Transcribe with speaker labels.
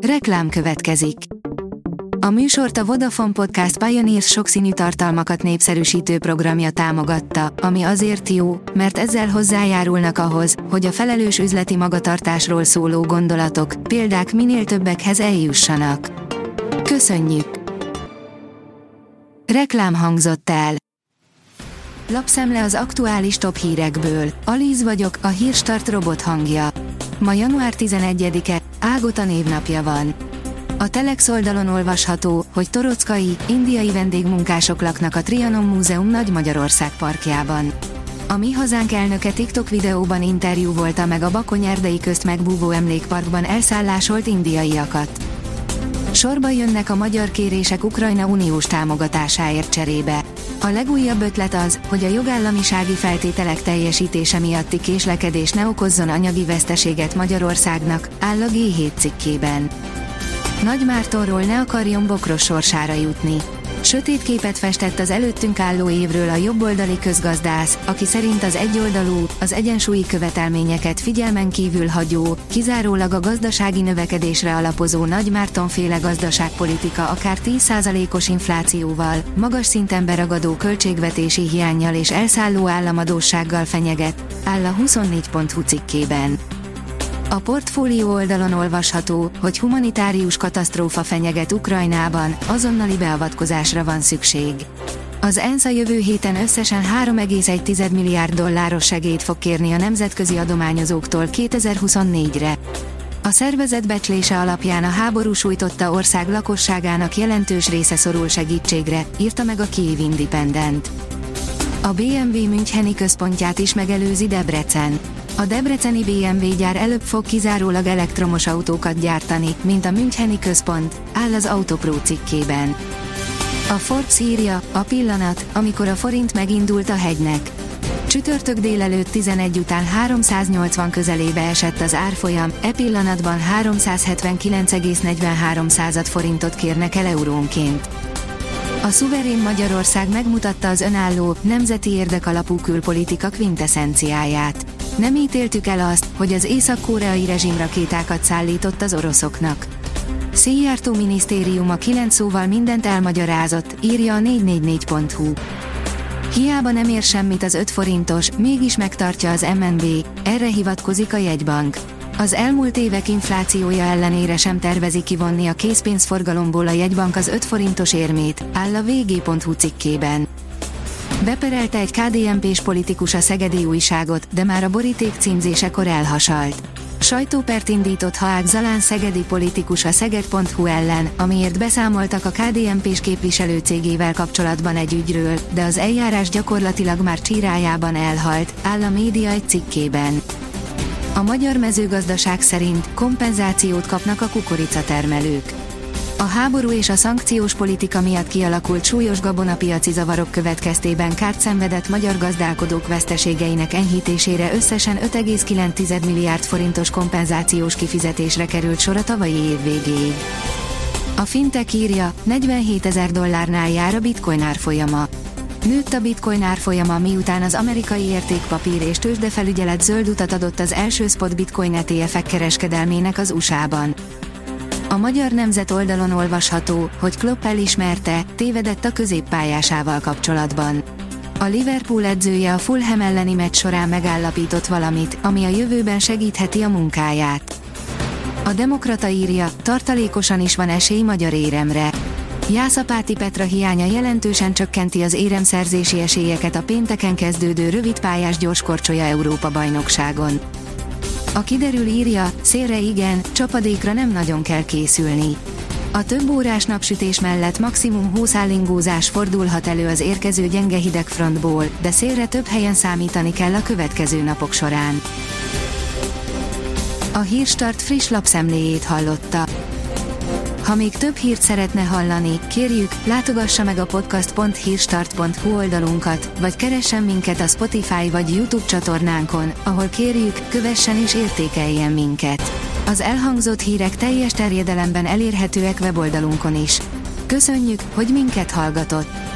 Speaker 1: Reklám következik. A műsort a Vodafone Podcast Pioneers sokszínű tartalmakat népszerűsítő programja támogatta, ami azért jó, mert ezzel hozzájárulnak ahhoz, hogy a felelős üzleti magatartásról szóló gondolatok, példák minél többekhez eljussanak. Köszönjük! Reklám hangzott el. Lapszemle az aktuális top hírekből. Alíz vagyok, a Hírstart robot hangja. Ma január 11-e, Ágota névnapja van. A Telex oldalon olvasható, hogy torockai, indiai vendégmunkások laknak a Trianon Múzeum Nagy Magyarország parkjában. A Mi Hazánk elnöke TikTok videóban interjúvolta meg a Bakony erdei közt megbúvó emlékparkban elszállásolt indiaiakat. Sorba jönnek a magyar kérések Ukrajna uniós támogatásáért cserébe. A legújabb ötlet az, hogy a jogállamisági feltételek teljesítése miatti késlekedés ne okozzon anyagi veszteséget Magyarországnak, áll a G7 cikkében. Nagy Mártonról ne akarjon Bokros sorsára jutni. Sötét képet festett az előttünk álló évről a jobboldali közgazdász, aki szerint az egyoldalú, az egyensúlyi követelményeket figyelmen kívül hagyó, kizárólag a gazdasági növekedésre alapozó Nagy Márton-féle gazdaságpolitika akár 10%-os inflációval, magas szinten beragadó költségvetési hiánnyal és elszálló államadóssággal fenyeget, áll a 24.hu cikkében. A portfólió oldalon olvasható, hogy humanitárius katasztrófa fenyeget Ukrajnában, azonnali beavatkozásra van szükség. Az ENSZ a jövő héten összesen $3,1 milliárd segélyt fog kérni a nemzetközi adományozóktól 2024-re. A szervezet becslése alapján a háború sújtotta ország lakosságának jelentős része szorul segítségre, írta meg a Kyiv Independent. A BMW müncheni központját is megelőzi Debrecen. A debreceni BMW gyár előbb fog kizárólag elektromos autókat gyártani, mint a müncheni központ, áll az Autopro cikkében. A Forbes írja, a pillanat, amikor a forint megindult a hegynek. Csütörtök délelőtt 11 után 380 közelébe esett az árfolyam, pillanatban 379,43 forintot kérnek el eurónként. A szuverén Magyarország megmutatta az önálló, nemzeti érdekalapú külpolitika kvinteszenciáját. Nem ítéltük el azt, hogy az észak-koreai rezsim rakétákat szállított az oroszoknak. Szijjártó minisztériuma 9 szóval mindent elmagyarázott, írja a 444.hu. Hiába nem ér semmit az 5 forintos, mégis megtartja az MNB, erre hivatkozik a jegybank. Az elmúlt évek inflációja ellenére sem tervezi kivonni a készpénzforgalomból a jegybank az 5 forintos érmét, áll a vg.hu cikkében. Beperelte egy KDNP-s politikus a szegedi újságot, de már a boríték címzésekor elhasalt. Sajtópert indított Haák Zalán szegedi politikus a szeged.hu ellen, amiért beszámoltak a KDNP-s képviselő cégével kapcsolatban egy ügyről, de az eljárás gyakorlatilag már csírájában elhalt, áll a Média egy cikkében. A magyar mezőgazdaság szerint kompenzációt kapnak a kukoricatermelők. A háború és a szankciós politika miatt kialakult súlyos gabonapiaci zavarok következtében kárt szenvedett magyar gazdálkodók veszteségeinek enyhítésére összesen 5,9 milliárd forintos kompenzációs kifizetésre került sor a tavalyi év végéig. A Fintech írja, $47,000 jár a bitcoin árfolyama. Nőtt a bitcoin árfolyama, miután az amerikai értékpapír és tőzsdefelügyelet zöld utat adott az első spot bitcoin ETF-ek kereskedelmének az USA-ban. A Magyar Nemzet oldalon olvasható, hogy Klopp elismerte, tévedett a középpályásával kapcsolatban. A Liverpool edzője a Fulham elleni meccs során megállapított valamit, ami a jövőben segítheti a munkáját. A Demokrata írja, tartalékosan is van esély magyar éremre. Jászapáti Petra hiánya jelentősen csökkenti az éremszerzési esélyeket a pénteken kezdődő rövidpályás gyorskorcsolya Európa-bajnokságon. A Kiderül írja, szélre igen, csapadékra nem nagyon kell készülni. A több órás napsütés mellett maximum hószállingózás fordulhat elő az érkező gyenge hidegfrontból, de szélre több helyen számítani kell a következő napok során. A Hírstart friss lapszemléjét hallotta. Ha még több hírt szeretne hallani, kérjük, látogassa meg a podcast.hírstart.hu oldalunkat, vagy keressen minket a Spotify vagy YouTube csatornánkon, ahol kérjük, kövessen és értékeljen minket. Az elhangzott hírek teljes terjedelemben elérhetőek weboldalunkon is. Köszönjük, hogy minket hallgatott!